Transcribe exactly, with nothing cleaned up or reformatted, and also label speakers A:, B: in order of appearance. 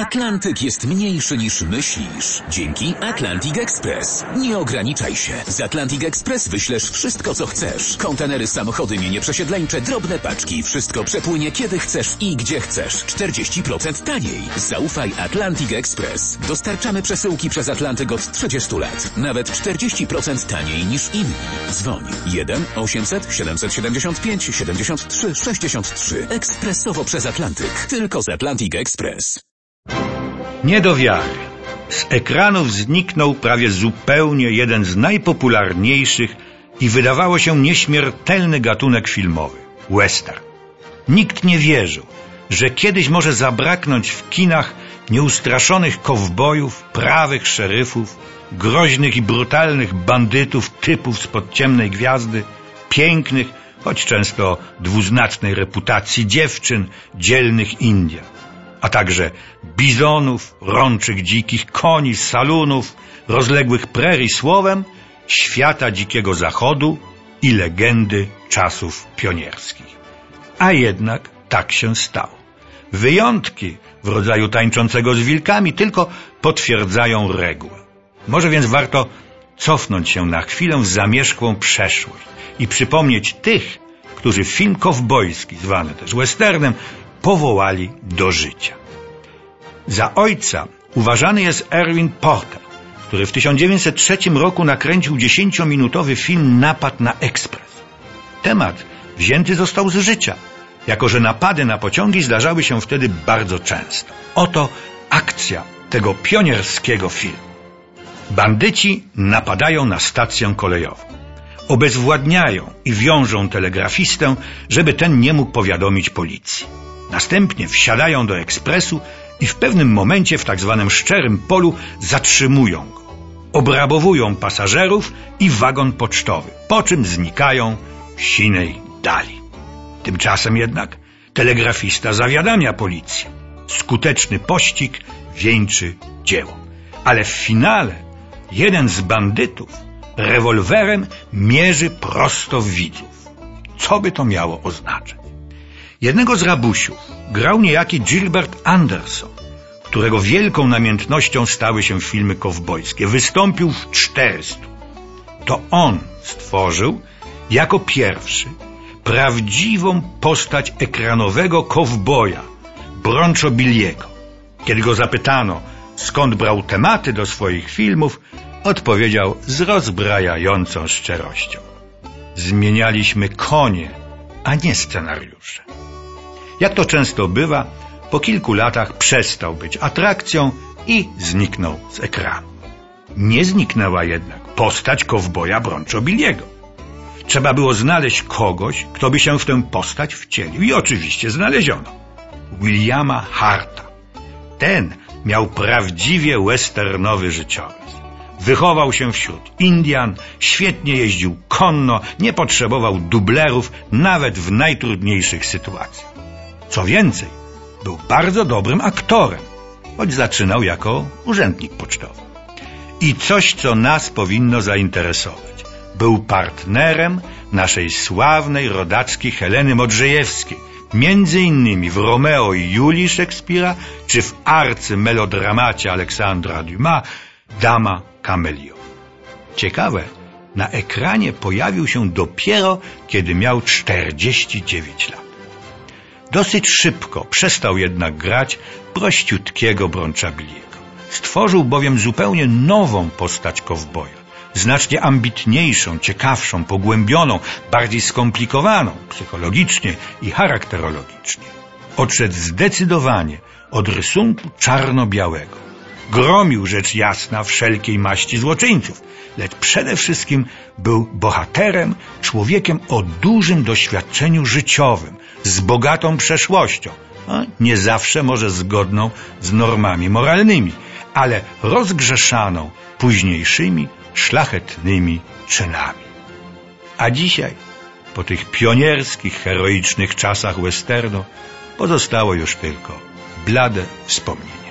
A: Atlantyk jest mniejszy niż myślisz. Dzięki Atlantic Express. Nie ograniczaj się. Z Atlantic Express wyślesz wszystko, co chcesz. Kontenery, samochody, mienie przesiedleńcze, drobne paczki. Wszystko przepłynie kiedy chcesz i gdzie chcesz. czterdzieści procent taniej. Zaufaj Atlantic Express. Dostarczamy przesyłki przez Atlantyk od trzydziestu lat. Nawet czterdzieści procent taniej niż inni. Dzwoń jeden osiemset siedemset siedemdziesiąt pięć siedemdziesiąt trzy sześćdziesiąt trzy. Ekspresowo przez Atlantyk. Tylko z Atlantic Express.
B: Nie do wiary. Z ekranów zniknął prawie zupełnie jeden z najpopularniejszych i wydawało się nieśmiertelny gatunek filmowy – western. Nikt nie wierzył, że kiedyś może zabraknąć w kinach nieustraszonych kowbojów, prawych szeryfów, groźnych i brutalnych bandytów typów spod ciemnej gwiazdy, pięknych, choć często o dwuznacznej reputacji dziewczyn, dzielnych Indian, a także bizonów, rączek dzikich koni, salunów, rozległych prerii, słowem świata dzikiego zachodu i legendy czasów pionierskich. A jednak tak się stało. Wyjątki w rodzaju Tańczącego z wilkami tylko potwierdzają regułę. Może więc warto cofnąć się na chwilę w zamierzchłą przeszłość i przypomnieć tych, którzy film kowbojski, zwany też westernem, powołali do życia. Za ojca uważany jest Erwin Porter, który w tysiąc dziewięćset trzecim roku nakręcił dziesięciominutowy film Napad na ekspres. Temat wzięty został z życia, jako że napady na pociągi zdarzały się wtedy bardzo często. Oto akcja tego pionierskiego filmu. Bandyci napadają na stację kolejową. Obezwładniają i wiążą telegrafistę, żeby ten nie mógł powiadomić policji. Następnie wsiadają do ekspresu i w pewnym momencie w tak zwanym szczerym polu zatrzymują go. Obrabowują pasażerów i wagon pocztowy, po czym znikają w sinej dali. Tymczasem jednak telegrafista zawiadamia policję. Skuteczny pościg wieńczy dzieło. Ale w finale jeden z bandytów rewolwerem mierzy prosto w widzów. Co by to miało oznaczać? Jednego z rabusiów grał niejaki Gilbert Anderson, którego wielką namiętnością stały się filmy kowbojskie. Wystąpił w czterystu. To on stworzył jako pierwszy prawdziwą postać ekranowego kowboja, Broncho Billiego. Kiedy go zapytano, skąd brał tematy do swoich filmów, odpowiedział z rozbrajającą szczerością: zmienialiśmy konie, a nie scenariusze. Jak to często bywa, po kilku latach przestał być atrakcją i zniknął z ekranu. Nie zniknęła jednak postać kowboja Broncho Billiego. Trzeba było znaleźć kogoś, kto by się w tę postać wcielił, i oczywiście znaleziono Williama Harta. Ten miał prawdziwie westernowy życiorys. Wychował się wśród Indian, świetnie jeździł konno, nie potrzebował dublerów nawet w najtrudniejszych sytuacjach. Co więcej, był bardzo dobrym aktorem, choć zaczynał jako urzędnik pocztowy. I coś, co nas powinno zainteresować. Był partnerem naszej sławnej rodackiej Heleny Modrzejewskiej, między innymi w Romeo i Julii Szekspira, czy w arcymelodramacie Aleksandra Dumas Dama Kamelion. Ciekawe, na ekranie pojawił się dopiero, kiedy miał czterdzieści dziewięć lat. Dosyć szybko przestał jednak grać prościutkiego Broncha Billiego. Stworzył bowiem zupełnie nową postać kowboja, znacznie ambitniejszą, ciekawszą, pogłębioną, bardziej skomplikowaną psychologicznie i charakterologicznie. Odszedł zdecydowanie od rysunku czarno-białego. Gromił rzecz jasna wszelkiej maści złoczyńców, lecz przede wszystkim był bohaterem, człowiekiem o dużym doświadczeniu życiowym, z bogatą przeszłością, no, nie zawsze może zgodną z normami moralnymi, ale rozgrzeszaną późniejszymi szlachetnymi czynami. A dzisiaj, po tych pionierskich, heroicznych czasach westernu, pozostało już tylko blade wspomnienie.